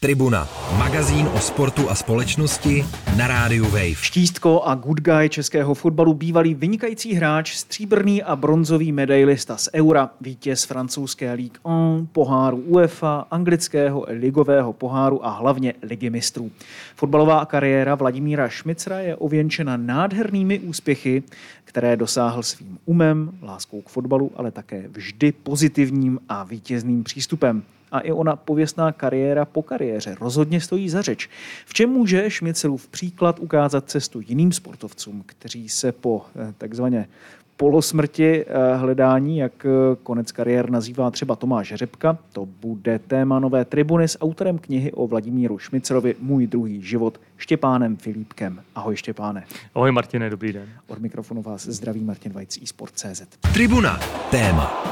Tribuna, magazín o sportu a společnosti na rádiu Wave. Štístko a good guy českého fotbalu, bývalý vynikající hráč, stříbrný a bronzový medailista z Eura, vítěz francouzské Ligue 1, poháru UEFA, anglického ligového poháru a hlavně Ligy mistrů. Fotbalová kariéra Vladimíra Šmicra je ověnčena nádhernými úspěchy, které dosáhl svým umem, láskou k fotbalu, ale také vždy pozitivním a vítězným přístupem. A i ona pověstná kariéra po kariéře rozhodně stojí za řeč. V čem může Šmicrův příklad ukázat cestu jiným sportovcům, kteří se po takzvané polosmrti hledání, jak konec kariér nazývá třeba Tomáš Řepka? To bude téma nové Tribuny s autorem knihy o Vladimíru Šmicrovi Můj druhý život, Štěpánem Filipkem. Ahoj Štěpáne. Ahoj Martine, dobrý den. Od mikrofonu vás zdraví Martin Vajc, eSport.cz. Tribuna, téma.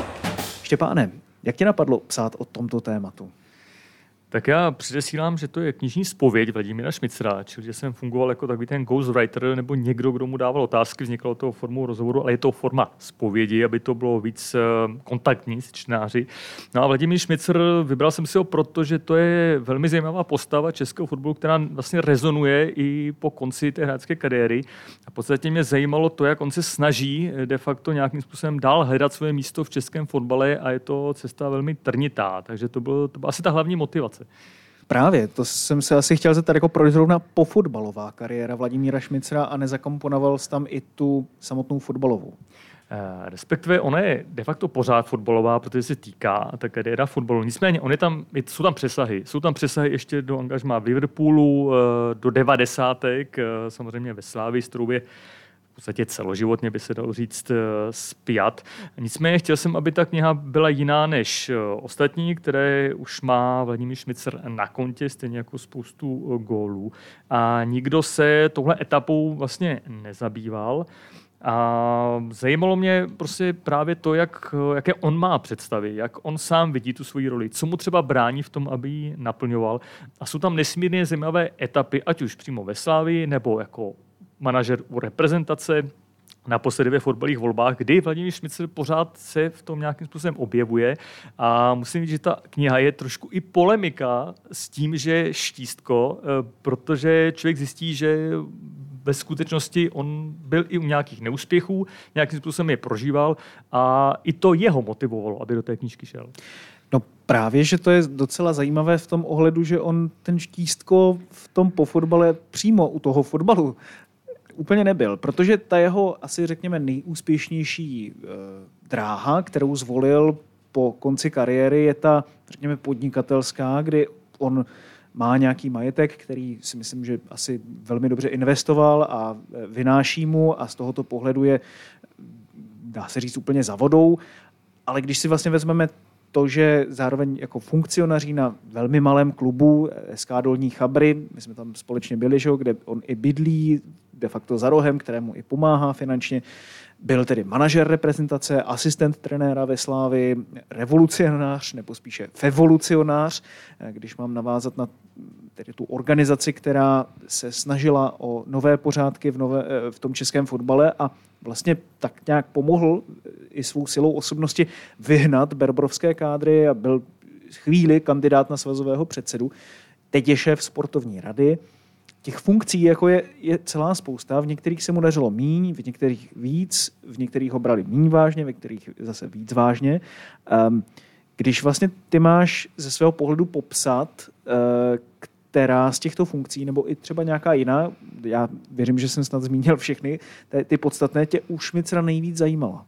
Štěpáne, jak tě napadlo psát o tomto tématu? Tak já předesílám, že to je knižní zpověď Vladimíra Šmicra, čili že jsem fungoval jako takový ten ghostwriter nebo někdo, kdo mu dával otázky, vzniklo to formou rozhovoru, ale je to forma zpovědi, aby to bylo víc kontaktní s čtenáři. No a Vladimír Šmicr, vybral jsem si ho proto, že to je velmi zajímavá postava českého fotbalu, která vlastně rezonuje i po konci té hráčské kariéry. A v podstatě mě zajímalo to, jak on se snaží de facto nějakým způsobem dál hledat své místo v českém fotbale a je to cesta velmi trnitá, takže to byla asi ta hlavní motivace. Právě, to jsem se asi chtěl zeptat, jako proč zrovna pofotbalová kariéra Vladimíra Šmicra a nezakomponoval jsi tam i tu samotnou fotbalovou? Respektive ona je de facto pořád fotbalová, protože se týká ta kariéra fotbalu. Nicméně jsou tam přesahy. Jsou tam přesahy ještě do angažmá v Liverpoolu, do 90. Samozřejmě ve Slávii, s kterou je v podstatě celoživotně, by se dalo říct, spjat. Nicméně chtěl jsem, aby ta kniha byla jiná než ostatní, které už má Vladimír Šmicr na kontě, stejně jako spoustu gólů. A nikdo se touhle etapou vlastně nezabýval. A zajímalo mě prostě právě to, jaké on má představy, jak on sám vidí tu svoji roli, co mu třeba brání v tom, aby ji naplňoval. A jsou tam nesmírně zajímavé etapy, ať už přímo ve Slávii, nebo jako manažer u reprezentace, naposledy ve fotbalových volbách, kdy Vladimír Šmicr pořád se v tom nějakým způsobem objevuje. A musím říct, že ta kniha je trošku i polemika s tím, že štístko, protože člověk zjistí, že ve skutečnosti on byl i u nějakých neúspěchů, nějakým způsobem je prožíval a i to jeho motivovalo, aby do té knížky šel. No právě, že to je docela zajímavé v tom ohledu, že on ten štístko v tom po fotbale přímo u toho fotbalu úplně nebyl, protože ta jeho asi řekněme nejúspěšnější dráha, kterou zvolil po konci kariéry, je ta řekněme podnikatelská, kdy on má nějaký majetek, který si myslím, že asi velmi dobře investoval a vynáší mu a z tohoto pohledu je, dá se říct, úplně za vodou. Ale když si vlastně vezmeme to, že zároveň jako funkcionaří na velmi malém klubu SK Dolní Chabry, my jsme tam společně byli, že, kde on i bydlí, de facto za rohem, kterému i pomáhá finančně, byl tedy manažer reprezentace, asistent trenéra ve Slávii, revolucionář, nebo spíše fevolucionář, když mám navázat na tedy tu organizaci, která se snažila o nové pořádky v tom českém fotbale a vlastně tak nějak pomohl i svou silou osobnosti vyhnat berbrovské kádry a byl chvíli kandidát na svazového předsedu. Teď je šéf sportovní rady. Těch funkcí jako je celá spousta, v některých se mu dařilo míň, v některých víc, v některých ho brali míň vážně, ve kterých zase víc vážně. Když vlastně ty máš ze svého pohledu popsat, která z těchto funkcí, nebo i třeba nějaká jiná, já věřím, že jsem snad zmínil všechny, ty podstatné, tě u Šmicra nejvíc zajímala?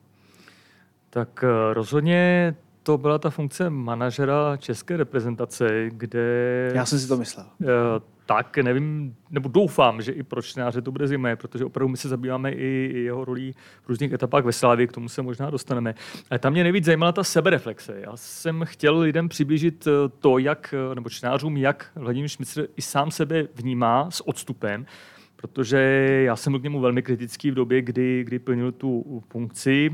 Tak rozhodně to byla ta funkce manažera české reprezentace, kde... Já jsem si to myslel. Tak, nevím, nebo doufám, že i pro čtenáře to bude zajímavé, protože opravdu my se zabýváme i jeho rolí v různých etapách ve Slávii, k tomu se možná dostaneme. Ale tam mě nejvíc zajímala ta sebereflexe. Já jsem chtěl lidem přiblížit to, nebo čtenářům, jak Vladimír Šmicr i sám sebe vnímá s odstupem, protože já jsem byl k němu velmi kritický v době, kdy plnil tu funkci,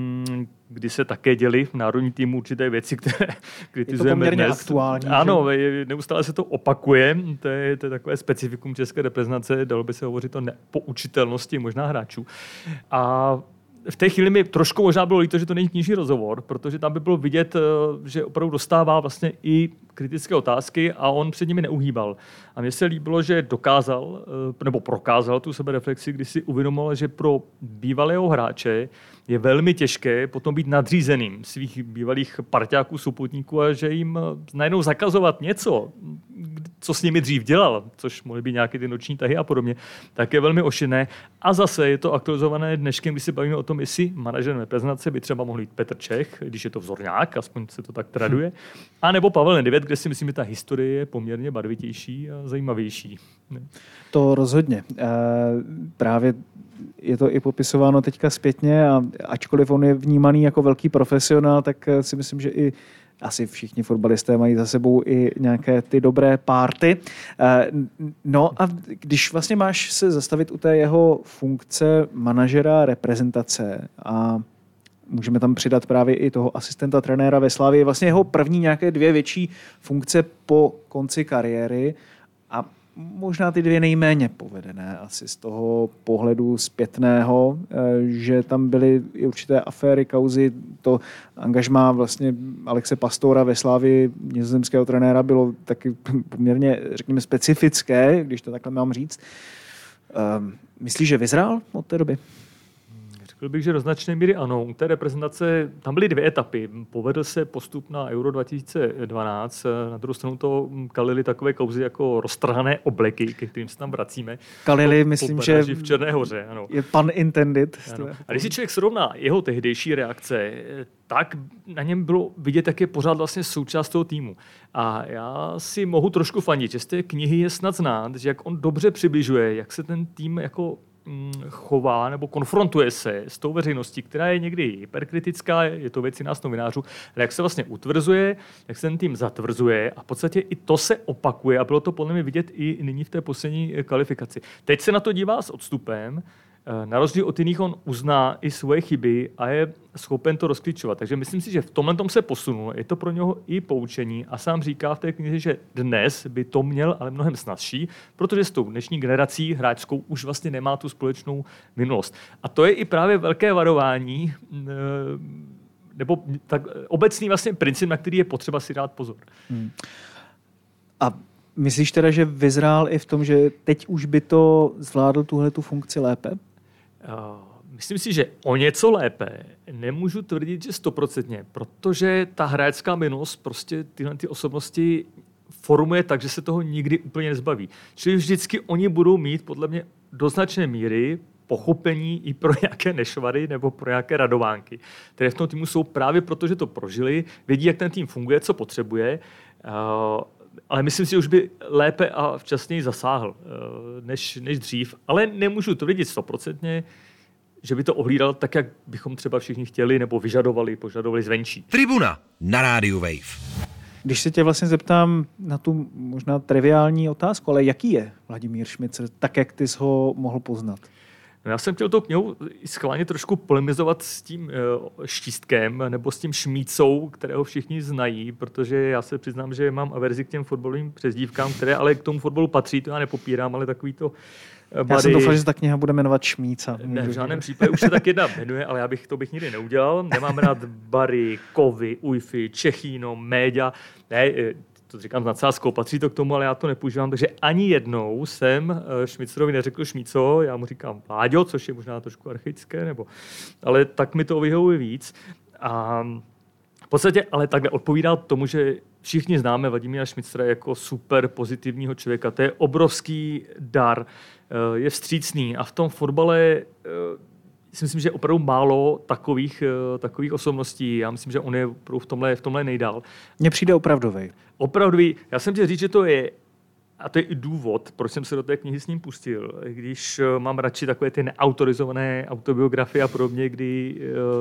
kdy se také děly v národní týmu určité věci, které kritizujeme dnes. Je to poměrně aktuální. Ano, neustále se to opakuje. To je takové specifikum české reprezentace. Dalo by se hovořit o nepoučitelnosti možná hráčů. A v té chvíli mi trošku možná bylo líto, že to není knižní rozhovor, protože tam by bylo vidět, že opravdu dostává vlastně i kritické otázky a on před nimi neuhýbal. A mně se líbilo, že dokázal, nebo prokázal tu sebereflexi, když si uvědomil, že pro bývalého hráče je velmi těžké potom být nadřízeným svých bývalých parťáků, souputníků a že jim najednou zakazovat něco, co s nimi dřív dělal, což mohly být nějaké ty noční tahy a podobně, tak je velmi ošidné. A zase je to aktualizované dneškem, když se bavíme o tom, jestli manažerem reprezentace by třeba mohl být Petr Čech, když je to vzorňák, aspoň se to tak traduje, a nebo Pavel Nedvěd, kde si myslím, že ta historie je poměrně barvitější a zajímavější. To rozhodně. Právě je to i popisováno teďka zpětně a ačkoliv on je vnímaný jako velký profesionál, tak si myslím, že i asi všichni fotbalisté mají za sebou i nějaké ty dobré párty. No a když vlastně máš se zastavit u té jeho funkce manažera reprezentace a můžeme tam přidat právě i toho asistenta trenéra ve Slavii, vlastně jeho první nějaké 2 větší funkce po konci kariéry a možná ty 2 nejméně povedené asi z toho pohledu zpětného, že tam byly i určité aféry, kauzy, to angažmá vlastně Alexe Pastora ve Slavii, nizozemského trenéra, bylo taky poměrně, řekněme, specifické, když to takhle mám říct. Myslíš, že vyzrál od té doby? Řekl bych, že do značné míry ano. U té reprezentace tam byly 2 etapy. Povedl se postup na Euro 2012. Na druhou stranu to kalili takové kauzy jako roztrhané obleky, ke kterým se tam vracíme. Kalili, myslím, že v Černé Hoře. Ano. Je pun intended. A když si člověk srovná jeho tehdejší reakce, tak na něm bylo vidět, jak je pořád vlastně součást toho týmu. A já si mohu trošku fandit, že z té knihy je snad znát, že jak on dobře přibližuje, jak se ten tým jako chová nebo konfrontuje se s tou veřejností, která je někdy hyperkritická, je to věc i nás novinářů, ale jak se vlastně utvrzuje, jak se ten tým zatvrzuje a v podstatě i to se opakuje a bylo to podle mě vidět i nyní v té poslední kvalifikaci. Teď se na to dívá s odstupem, na rozdíl od jiných on uzná i svoje chyby a je schopen to rozklíčovat. Takže myslím si, že v tomhle tom se posunul. Je to pro něho i poučení a sám říká v té knize, že dnes by to měl ale mnohem snazší, protože s tou dnešní generací hráčskou už vlastně nemá tu společnou minulost. A to je i právě velké varování, nebo tak obecný vlastně princip, na který je potřeba si dát pozor. A myslíš teda, že vyzrál i v tom, že teď už by to zvládl tuhletu funkci lépe? Myslím si, že o něco lépe nemůžu tvrdit, že 100%, protože ta hráčská minulost prostě tyhle ty osobnosti formuje tak, že se toho nikdy úplně nezbaví. Čili vždycky oni budou mít podle mě do značné míry pochopení i pro nějaké nešvary nebo pro nějaké radovánky, které v tom týmu jsou právě proto, že to prožili, vědí, jak ten tým funguje, co potřebuje, ale myslím si, že už by lépe a včasněji zasáhl než dřív. Ale nemůžu to vidět 100%, že by to ohlídal tak, jak bychom třeba všichni chtěli nebo požadovali zvenčí. Tribuna na rádiu Wave. Když se tě vlastně zeptám na tu možná triviální otázku, ale jaký je Vladimír Šmicer, tak jak ty jsi ho mohl poznat? No já jsem chtěl tou knihou schválně trošku polemizovat s tím Štístkem nebo s tím Šmícou, kterého všichni znají, protože já se přiznám, že mám averzi k těm fotbalovým přezdívkám, které ale k tomu fotbalu patří, to já nepopírám, ale takový to Já jsem doufal, že se ta kniha bude jmenovat Šmíca. Ne, v žádném případě už se tak jedna jmenuje, ale to bych nikdy neudělal. Nemám rád Bary, Kovy, Ujfy, Čechíno, Méďa. Ne, to říkám s nadsázkou, patří to k tomu, ale já to nepoužívám, takže ani jednou jsem Šmicerovi neřekl Šmíco, já mu říkám Váďo, což je možná trošku archaické, ale tak mi to vyhovuje víc. A v podstatě ale takhle odpovídá tomu, že všichni známe Vladimíra Šmicera jako super pozitivního člověka. To je obrovský dar, je vstřícný a v tom fotbale si myslím, že je opravdu málo takových osobností. Já myslím, že on je v tomhle nejdál. Mně přijde opravdový. Opravdový. Já jsem chtěl říct, že to je, a to je i důvod, proč jsem se do té knihy s ním pustil. Když mám radši takové ty neautorizované autobiografie a podobně, kdy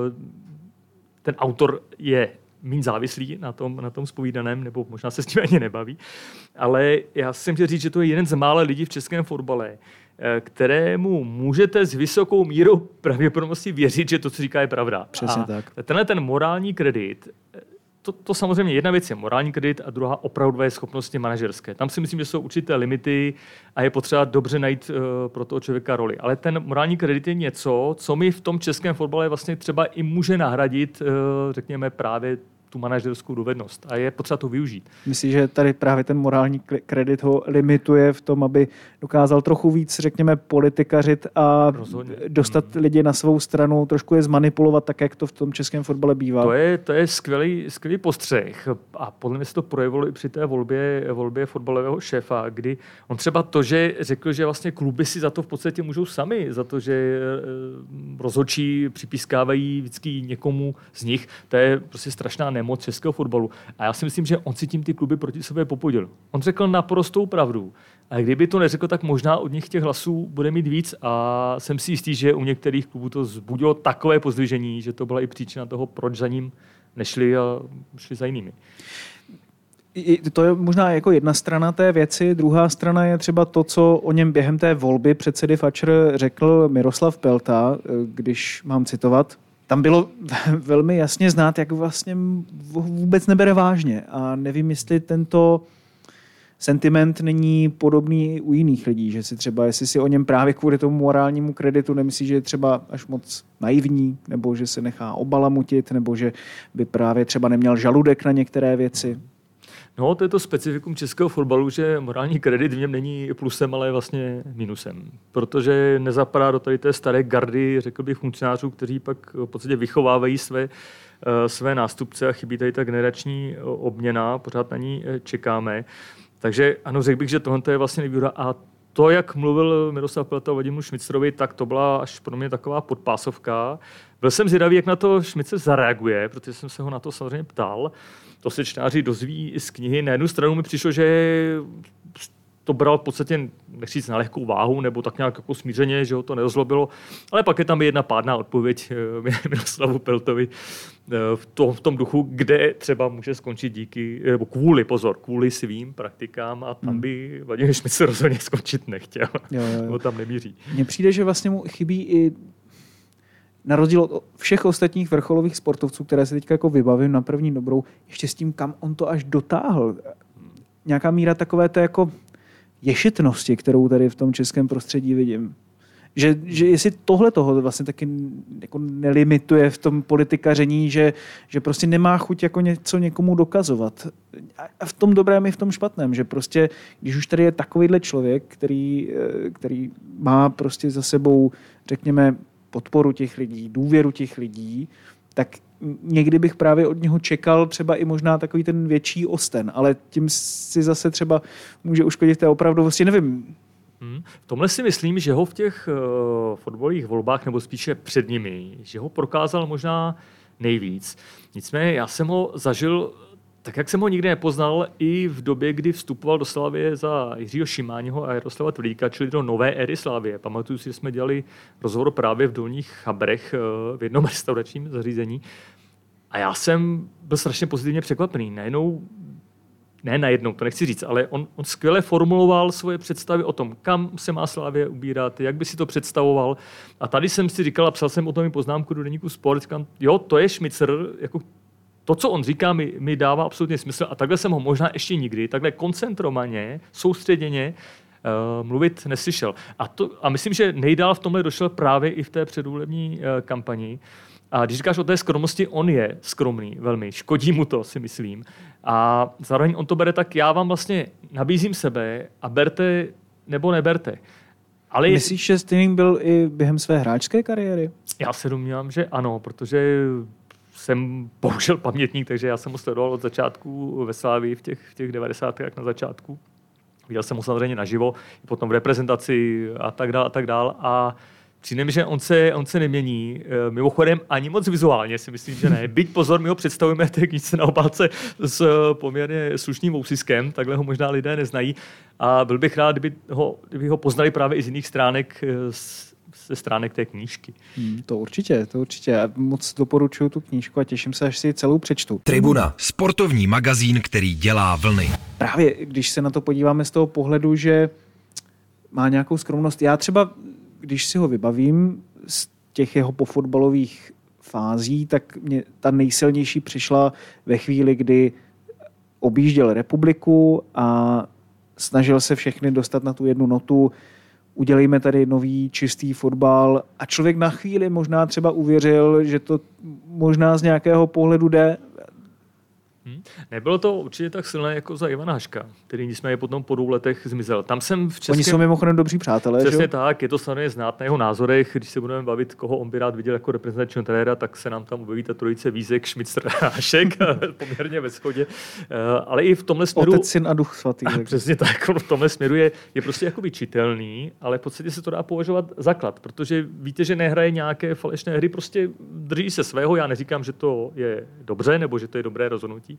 ten autor je méně závislý na tom zpovídaném, nebo možná se s tím ani nebaví. Ale já jsem chtěl říct, že to je jeden z mála lidí v českém fotbale, kterému můžete s vysokou mírou pravděpodobnosti věřit, že to, co říká, je pravda. Přesně tak. Tenhle ten morální kredit to samozřejmě jedna věc je morální kredit a druhá opravdové schopnosti manažerské. Tam si myslím, že jsou určité limity a je potřeba dobře najít pro toho člověka roli. Ale ten morální kredit je něco, co mi v tom českém fotbale vlastně třeba i může nahradit, řekněme, právě tu manažerskou dovednost a je potřeba to využít. Myslím, že tady právě ten morální kredit ho limituje v tom, aby dokázal trochu víc, řekněme, politikařit a dostat lidi na svou stranu, trošku je zmanipulovat tak, jak to v tom českém fotbale bývá. To je skvělý postřeh a podle mě se to projevilo i při té volbě fotbalového šéfa, kdy on třeba to, že řekl, že vlastně kluby si za to v podstatě můžou sami, za to, že rozhodčí připískávají vždycky někomu z nich, to je prostě strašná nemoc českého fotbalu. A já si myslím, že on si tím ty kluby proti sobě popudil. On řekl naprostou pravdu. A kdyby to neřekl, tak možná od nich těch hlasů bude mít víc a jsem si jistý, že u některých klubů to vzbudilo takové pozdvižení, že to byla i příčina toho, proč za ním nešli a šli za jinými. To je možná jako jedna strana té věci, druhá strana je třeba to, co o něm během té volby předsedy FAČR řekl Miroslav Pelta, když mám citovat. Tam bylo velmi jasně znát, jak vlastně vůbec nebere vážně a nevím, jestli tento sentiment není podobný u jiných lidí, že si třeba, jestli si o něm právě kvůli tomu morálnímu kreditu nemyslí, že je třeba až moc naivní, nebo že se nechá obalamutit, nebo že by právě třeba neměl žaludek na některé věci. No, to je to specifikum českého fotbalu, že morální kredit v něm není plusem, ale vlastně minusem. Protože nezapadá do tady té staré gardy, řekl bych, funkcionářů, kteří pak v podstatě vychovávají své nástupce a chybí tady ta generační obměna, pořád na ní čekáme. Takže ano, řekl bych, že tohle je vlastně nevýhoda. A to, jak mluvil Miroslav Pelta o Vladimíru Šmicerovi, tak to byla až pro mě taková podpásovka. Byl jsem zvědavý, jak na to Šmicer zareaguje, protože jsem se ho na to samozřejmě ptal. To se čtenáři dozví z knihy. Na jednu stranu mi přišlo, že to bral v podstatě, nechci říct, na lehkou váhu, nebo tak nějak jako smířeně, že ho to nerozlobilo. Ale pak je tam jedna pádná odpověď Miroslavu Peltovi v tom duchu, kde třeba může skončit nebo kvůli svým praktikám a tam by Vladimír Šmicer rozhodně skončit nechtěl. Nebo tam nemíří. Mně přijde, že vlastně mu chybí i na rozdíl od všech ostatních vrcholových sportovců, které se teďka jako vybavím na první dobrou, ještě s tím, kam on to až dotáhl. Nějaká míra takové té jako ješitnosti, kterou tady v tom českém prostředí vidím. Že jestli tohle toho vlastně taky jako nelimituje v tom politikaření, že prostě nemá chuť jako něco někomu dokazovat. A v tom dobrém i v tom špatném, že prostě, když už tady je takovýhle člověk, který má prostě za sebou, řekněme, podporu těch lidí, důvěru těch lidí, tak někdy bych právě od něho čekal třeba i možná takový ten větší osten, ale tím si zase třeba může uškodit té opravdovosti, nevím. V tomhle si myslím, že ho v těch fotbalových volbách, nebo spíše před nimi, že ho prokázal možná nejvíc. Nicméně já jsem ho zažil tak, jak jsem ho nikdy nepoznal, i v době, kdy vstupoval do Slavie za Jiřího Šimáního a Jaroslava Tvrdíka, čili do nové éry Slavie. Pamatuju si, že jsme dělali rozhovor právě v Dolních Chabrech v jednom restauračním zařízení. A já jsem byl strašně pozitivně překvapený. Najednou, to nechci říct, ale on skvěle formuloval svoje představy o tom, kam se má Slavie ubírat, jak by si to představoval. A tady jsem si říkal a psal jsem o tom i poznámku do deníku Sport, říkám, jo, to je Šmicer, jako to, co on říká, mi dává absolutně smysl a takhle jsem ho možná ještě nikdy, takhle koncentrovaně, soustředěně mluvit neslyšel. A myslím, že nejdál v tomhle došel právě i v té předvolební kampani. A když říkáš o té skromnosti, on je skromný velmi, škodí mu to, si myslím. A zároveň on to bere tak, já vám vlastně nabízím sebe a berte nebo neberte. Ale myslíš, že stejný byl i během své hráčské kariéry? Já se domnívám, že ano, protože jsem bohužel pamětník, takže já jsem ho sledoval od začátku ve Slávii v těch 90. na začátku. Viděl jsem ho samozřejmě naživo, potom v reprezentaci a tak dál. A přijde mi, že on se nemění. Mimochodem ani moc vizuálně si myslím, že ne. Byť pozor, my ho představujeme té knížce na obálce s poměrně slušným vousiskem, takhle ho možná lidé neznají. A byl bych rád, kdyby ho poznali právě i z jiných stránek, ze stránek té knížky. To určitě. Já moc doporučuji tu knížku a těším se, až si ji celou přečtu. Tribuna, sportovní magazín, který dělá vlny. Právě, když se na to podíváme z toho pohledu, že má nějakou skromnost. Já třeba, když si ho vybavím z těch jeho pofotbalových fází, tak mě ta nejsilnější přišla ve chvíli, kdy objížděl republiku a snažil se všechny dostat na tu jednu notu, udělejme tady nový čistý fotbal a člověk na chvíli možná třeba uvěřil, že to možná z nějakého pohledu jde. Nebylo to určitě tak silné jako za Ivana Haška, který nicméně potom po 2 letech zmizel. Tam jsem v českém... Oni jsou mimochodem dobří přátelé, přesně že? tak, je to samozřejmě znát na jeho názorech. Když se budeme bavit, koho on by rád viděl jako reprezentačního trenéra, tak se nám tam objeví ta trojice Vízek, Šmicr a Hašek, poměrně ve shodě. Ale i v tomhle směru... Otec, syn a duch svatý. Přesně tak, v tomhle směru je prostě jakoby čitelný, ale v podstatě se to dá považovat za klad, protože víte, že nehraje nějaké falešné hry, prostě drží se svého. Já neříkám, že to je dobře, nebo že to je dobré rozhodnutí.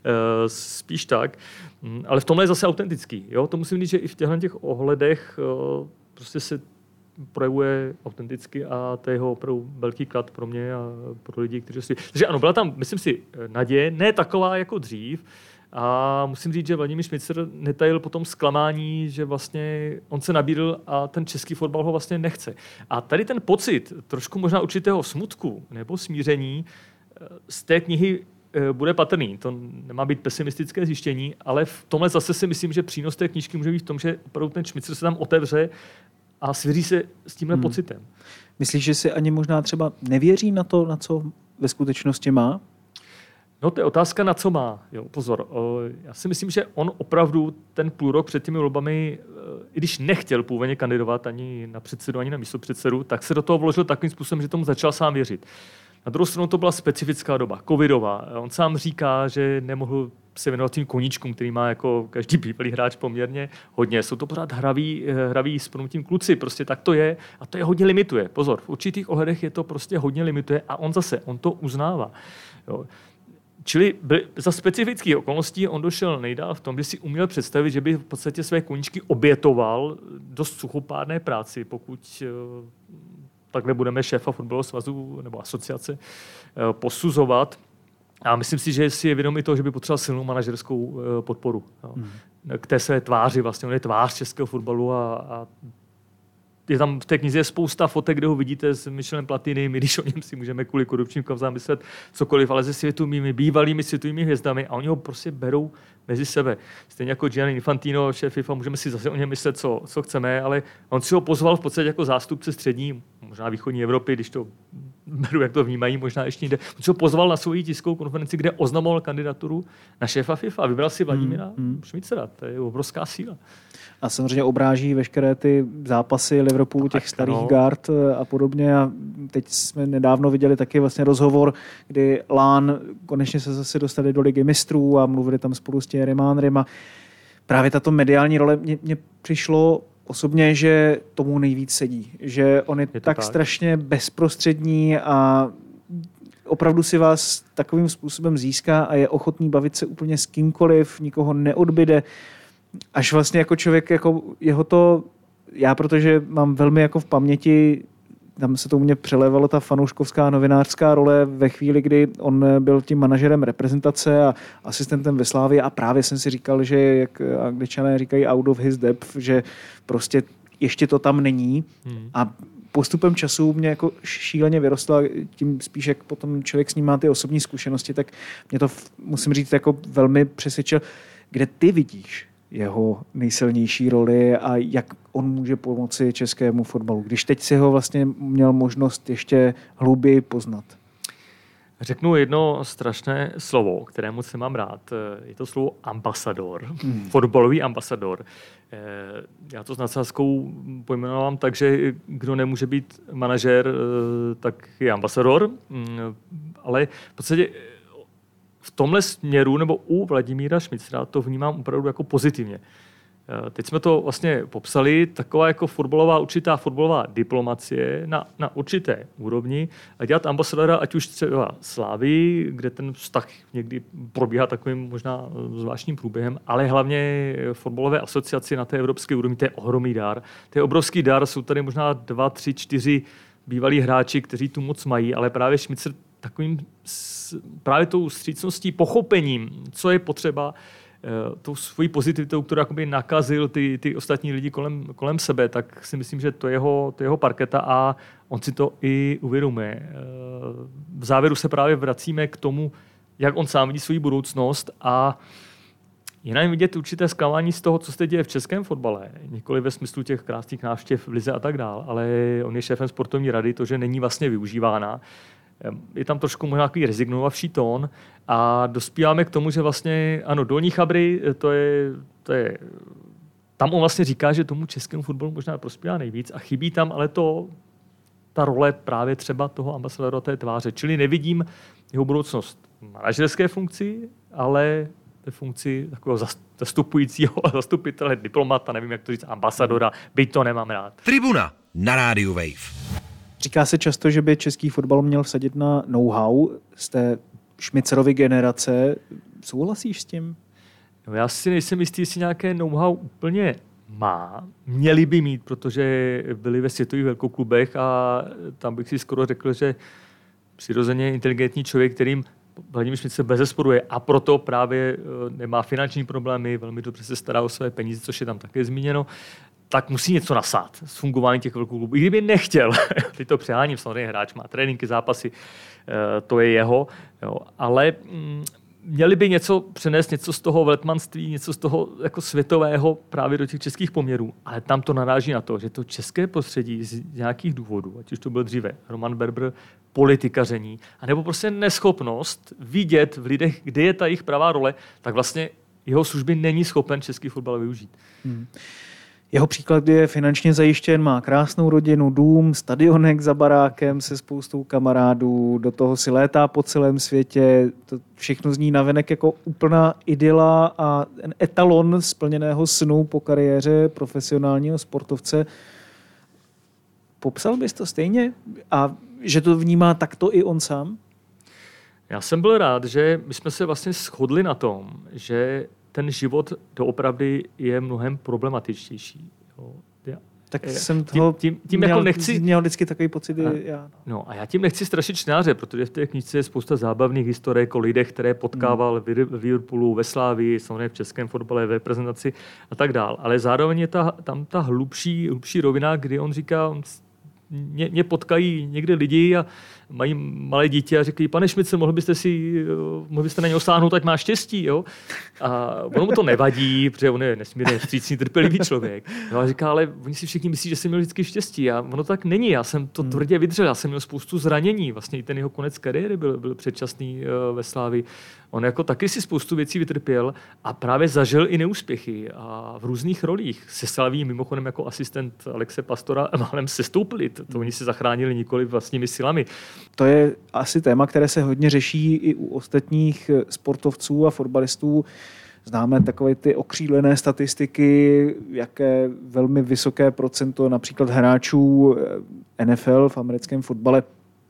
Spíš tak, ale v tomhle je zase autentický. Jo? To musím říct, že i v těch ohledech prostě se projevuje autenticky a to je jeho opravdu velký klad pro mě a pro lidi, kteří si... Takže ano, byla tam, myslím si, naděje, ne taková jako dřív, a musím říct, že Vladimír Šmicr netajil potom zklamání, že vlastně on se nabídl a ten český fotbal ho vlastně nechce. A tady ten pocit trošku možná určitého smutku nebo smíření z té knihy bude patrný. To nemá být pesimistické zjištění, ale v tomhle zase si myslím, že přínos té knížky může být v tom, že opravdu ten Šmicr se tam otevře a svěří se s tímhle pocitem. Myslíš, že si ani možná třeba nevěří na to, na co ve skutečnosti má? No, to je otázka, na co má. Jo, pozor. Já si myslím, že on opravdu ten půl rok před těmi volbami, i když nechtěl původně kandidovat ani na předsedu, ani na místopředsedu, tak se do toho vložil takovým způsobem, že tomu začal sám věřit. Na druhou stranu to byla specifická doba, covidová. On sám říká, že nemohl se věnovat tím koníčkům, který má jako každý bývalý hráč poměrně hodně. Jsou to pořád hraví s prominutím kluci, prostě tak to je a to je hodně limituje. Pozor, v určitých ohledech je to prostě hodně limituje a on to uznává. Jo. Čili za specifických okolností on došel nejdál v tom, že si uměl představit, že by v podstatě své koníčky obětoval dost suchopárné práci, pokud takhle budeme šéfa fotbalového svazu nebo asociace posuzovat. A myslím si, že si je vědomý toho, že by potřeboval silnou manažerskou podporu. K té své tváři, vlastně on je tvář českého fotbalu a je tam v té knize je spousta fotek, kde ho vidíte s Michelem Platinem, když o něm si můžeme kvůli korupčním kauzám myslet cokoliv, ale se světovými, bývalými světovými hvězdami a oni ho prostě berou mezi sebe. Stejně jako Gianni Infantino, šéf FIFA, můžeme si zase o něm myslet, co chceme, ale on si ho pozval v podstatě jako zástupce střední, možná východní Evropy, když to beru, jak to vnímají, možná ještě jde. On si ho pozval na svou tiskovou konferenci, kde oznamoval kandidaturu na šéfa FIFA a vybral si Vladimíra Šmicra. To je obrovská síla. A samozřejmě obráží veškeré ty zápasy Liverpoolu, těch starých gard a podobně. A teď jsme nedávno viděli taky vlastně rozhovor, kdy Lán konečně se zase dostali do Ligy mistrů a mluvili tam spolu s Thierrym Henrym. A právě tato mediální role mě přišlo osobně, že tomu nejvíc sedí. Že on je tak strašně bezprostřední a opravdu si vás takovým způsobem získá a je ochotný bavit se úplně s kýmkoliv, nikoho neodbyde. Až vlastně jako člověk, jako jeho to, já protože mám velmi jako v paměti, tam se to u mě přelévalo ta fanouškovská novinářská role ve chvíli, kdy on byl tím manažerem reprezentace a asistentem ve Slávii a právě jsem si říkal, že jak Angličané říkají out of his depth, že prostě ještě to tam není a postupem času mě jako šíleně vyrostla, tím spíš, jak potom člověk s ním má ty osobní zkušenosti, tak mě to, musím říct, jako velmi přesvědčil, kde ty vidíš jeho nejsilnější roli a jak on může pomoci českému fotbalu, když teď si ho vlastně měl možnost ještě hlouběji poznat. Řeknu jedno strašné slovo, kterému se mám rád. Je to slovo ambasador, fotbalový ambasador. Já to s nadsázkou pojmenovám tak, že kdo nemůže být manažer, tak je ambasador, ale v podstatě v tomhle směru nebo u Vladimíra Šmicra to vnímám opravdu jako pozitivně. Teď jsme to vlastně popsali, taková jako určitá fotbalová diplomacie na určité úrovni a dělat ambasadora, ať už třeba Slávii, kde ten vztah někdy probíhá takovým možná zvláštním průběhem, ale hlavně fotbalové asociaci na té evropské úrovni, to je ohromný dar. To je obrovský dar, jsou tady možná 2, 3, 4 bývalí hráči, kteří tu moc mají, ale právě Šmicr takovým právě tou vstřícností, pochopením, co je potřeba, tou svojí pozitivitou, kterou jakoby nakazil ty ostatní lidi kolem sebe, tak si myslím, že to je jeho parketa a on si to i uvědomuje. V závěru se právě vracíme k tomu, jak on sám vidí svou budoucnost a je nám vidět určité zklamání z toho, co se děje v českém fotbale. Nikoli ve smyslu těch krásných návštěv v lize a tak dál, ale on je šéfem sportovní rady, to, že není vlastně využívána. Je tam trošku možná takový rezignovavší tón a dospíváme k tomu, že vlastně, ano, Dolní Chabry, to je tam on vlastně říká, že tomu českému fotbalu možná prospívá nejvíc a chybí tam ale ta role právě třeba toho ambasadora té tváře. Čili nevidím jeho budoucnost v manažerské funkci, ale ve funkci takového zastupujícího zastupitele, diplomata, nevím, jak to říct, ambasadora, byť to nemám rád. Tribuna na rádiu Wave. Říká se často, že by český fotbal měl vsadit na know-how z té Šmicerovy generace. Souhlasíš s tím? No, já si nejsem jistý, jestli nějaké know-how úplně má. Měli by mít, protože byli ve světových velkoklubech a tam bych si skoro řekl, že přirozeně inteligentní člověk, kterým Vladimír Šmicer bezesporu je a proto právě nemá finanční problémy, velmi dobře se stará o své peníze, což je tam také zmíněno, tak musí něco nasát z fungování těch velkoklubů. I kdyby nechtěl, teď to přeháním, samozřejmě hráč má tréninky, zápasy, to je jeho, jo, ale měli by přenést něco z toho veltmanství, něco z toho jako světového právě do těch českých poměrů, ale tam to naráží na to, že to české prostředí z nějakých důvodů, ať už to byl dříve Roman Berber, politikaření, anebo prostě neschopnost vidět v lidech, kde je ta jejich pravá role, tak vlastně jeho služby není schopen český fotbal využít. Jeho příklad je finančně zajištěn, má krásnou rodinu, dům, stadionek za barákem se spoustou kamarádů, do toho si létá po celém světě. To všechno zní navenek jako úplná idyla a etalon splněného snu po kariéře profesionálního sportovce. Popsal bys to stejně? A že to vnímá takto i on sám? Já jsem byl rád, že my jsme se vlastně shodli na tom, že ten život doopravdy je mnohem problematičtější. Tak jsem toho měl vždycky takový pocit. No a já tím nechci strašit čtenáře, protože v té knížce je spousta zábavných historek o lidech, které potkával v Liverpoolu, ve Slávii, samozřejmě v českém fotbale, v reprezentaci a tak dál. Ale zároveň je tam ta hlubší rovina, kdy on říká, mě potkají někde lidi a mají malé dítě a říkají, pane Šmice, mohl byste na něho sáhnout, ať má štěstí, jo? A ono mu to nevadí, protože on je nesmírně vstřícný, trpělivý člověk. No a říká, ale oni si všichni myslí, že jsem měl vždycky štěstí a ono tak není. Já jsem to tvrdě vydržel, já jsem měl spoustu zranění. Vlastně i ten jeho konec kariéry byl předčasný ve Slávii. On jako taky si spoustu věcí vytrpěl a právě zažil i neúspěchy a v různých rolích. Se Slaví mimochodem jako asistent Alexe Pastora málem sestoupili. To oni si zachránili nikoli vlastními silami. To je asi téma, které se hodně řeší i u ostatních sportovců a fotbalistů. Známe takové ty okřídlené statistiky, jaké velmi vysoké procento například hráčů NFL v americkém fotbale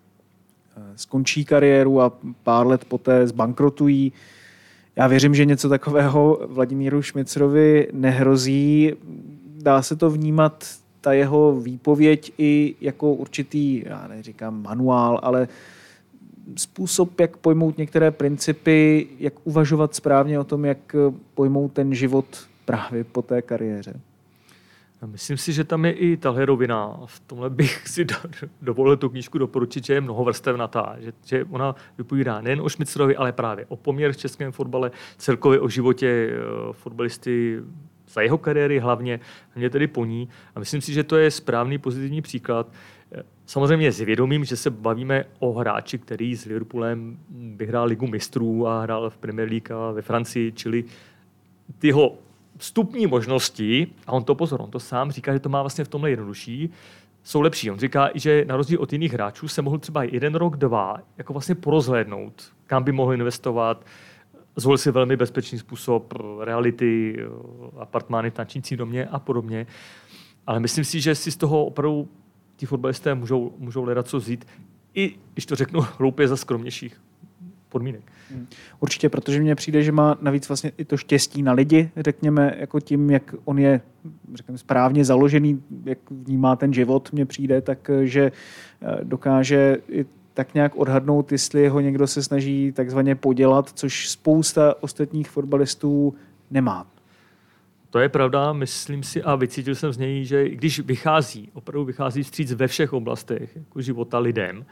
skončí kariéru a pár let poté zbankrotují. Já věřím, že něco takového Vladimíru Šmicerovi nehrozí. Dá se to vnímat, ta jeho výpověď, i jako určitý, já neříkám manuál, ale způsob, jak pojmout některé principy, jak uvažovat správně o tom, jak pojmout ten život právě po té kariéře. Myslím si, že tam je i tahle rovina. V tomhle bych si dovolil tu knížku doporučit, že je mnohovrstevnatá, že ona vypovídá nejen o Šmicerovi, ale právě o poměr v českém fotbale, celkově o životě fotbalisty za jeho kariéry hlavně tedy po ní. A myslím si, že to je správný pozitivní příklad. Samozřejmě s vědomím, že se bavíme o hráči, který s Liverpoolem vyhrál Ligu mistrů a hrál v Premier League a ve Francii, čili ty jeho vstupní možnosti, a on to sám říká, že to má vlastně v tomhle jednodušší, jsou lepší. On říká, že na rozdíl od jiných hráčů se mohl třeba 1 rok, 2 jako vlastně porozhlédnout, kam by mohl investovat. Zvolil si velmi bezpečný způsob reality, apartmány v tančící domě a podobně. Ale myslím si, že si z toho opravdu ti fotbalisté můžou hledat co vzít, i když to řeknu hloupě, za skromnějších podmínek. Určitě, protože mně přijde, že má navíc vlastně i to štěstí na lidi, řekněme, jako tím, jak on je, řekněme, správně založený, jak vnímá ten život, mně přijde, takže dokáže i tak nějak odhadnout, jestli ho někdo se snaží takzvaně podělat, což spousta ostatních fotbalistů nemá. To je pravda, myslím si a vycítil jsem z něj, že když opravdu vychází vstříc ve všech oblastech jako života lidem,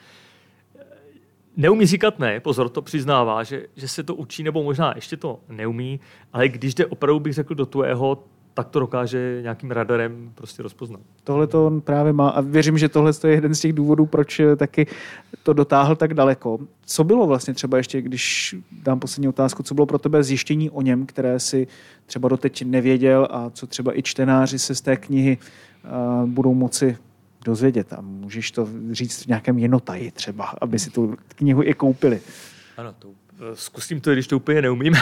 neumí říkat ne, pozor, to přiznává, že se to učí, nebo možná ještě to neumí, ale když jde opravdu, bych řekl, do tvého, tak to dokáže nějakým radarem prostě rozpoznat. Tohle to on právě má a věřím, že tohle je jeden z těch důvodů, proč taky to dotáhl tak daleko. Co bylo vlastně třeba ještě, když dám poslední otázku, co bylo pro tebe zjištění o něm, které si třeba doteď nevěděl a co třeba i čtenáři se z té knihy budou moci dozvědět a můžeš to říct v nějakém jenotaji třeba, aby si tu knihu i koupili. Ano, zkusím to, když to úplně neumím.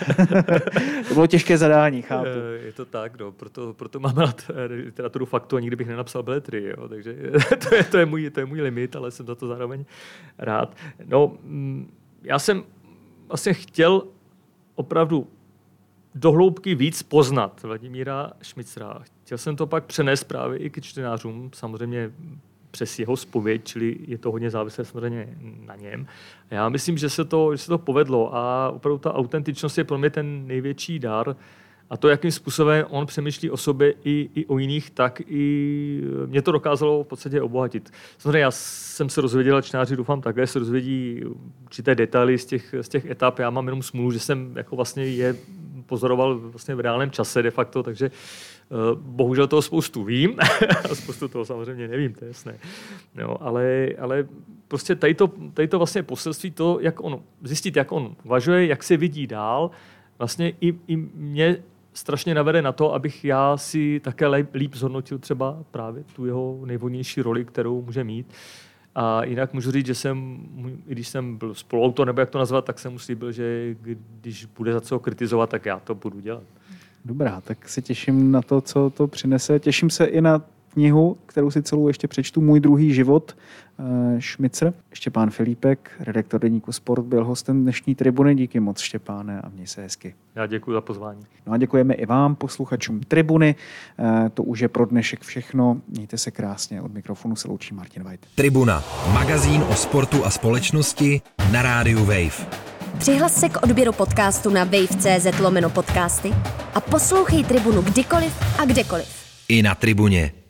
To bylo těžké zadání, chápu. Je to tak, no, proto mám rád literaturu faktu a nikdy bych nenapsal beletrii, jo, takže to je můj limit, ale jsem za to zároveň rád. No, já jsem vlastně chtěl opravdu dohloubky víc poznat Vladimíra Šmicra. Chtěl jsem to pak přenést právě i k čtenářům, samozřejmě přes jeho zpověď, čili je to hodně závislé samozřejmě na něm. A já myslím, že se to povedlo a opravdu ta autentičnost je pro mě ten největší dar a to, jakým způsobem on přemýšlí o sobě i o jiných, tak i mě to dokázalo v podstatě obohatit. Samozřejmě já jsem se dozvěděl, čtenáři doufám také se dozvědí určité detaily z těch etap. Já mám jenom smůlu, že jsem jako vlastně je pozoroval vlastně v reálném čase de facto, takže bohužel toho spoustu vím a spoustu toho samozřejmě nevím, to je jasné. No, ale prostě tady to vlastně poselství, to, zjistit, jak on uvažuje, jak se vidí dál, vlastně i mě strašně navede na to, abych já si také líp zhodnotil třeba právě tu jeho nejvhodnější roli, kterou může mít. A jinak můžu říct, že když jsem byl spoluautor, nebo jak to nazvat, tak jsem mu slíbil, že když bude za co kritizovat, tak já to budu dělat. Dobrá, tak se těším na to, co to přinese. Těším se i na knihu, kterou si celou ještě přečtu, Můj druhý život, Šmicr. Štěpán Filipek, redaktor deníku Sport, byl hostem dnešní Tribuny. Díky moc, Štěpáne, a měj se hezky. Já děkuji za pozvání. No a děkujeme i vám, posluchačům Tribuny. To už je pro dnešek všechno. Mějte se krásně. Od mikrofonu se loučí Martin White. Tribuna, magazín o sportu a společnosti na rádiu Wave. Přihlas se k odběru podcastu na wave.cz/podcasty a poslouchej Tribunu kdykoliv a kdekoliv. I na Tribuně.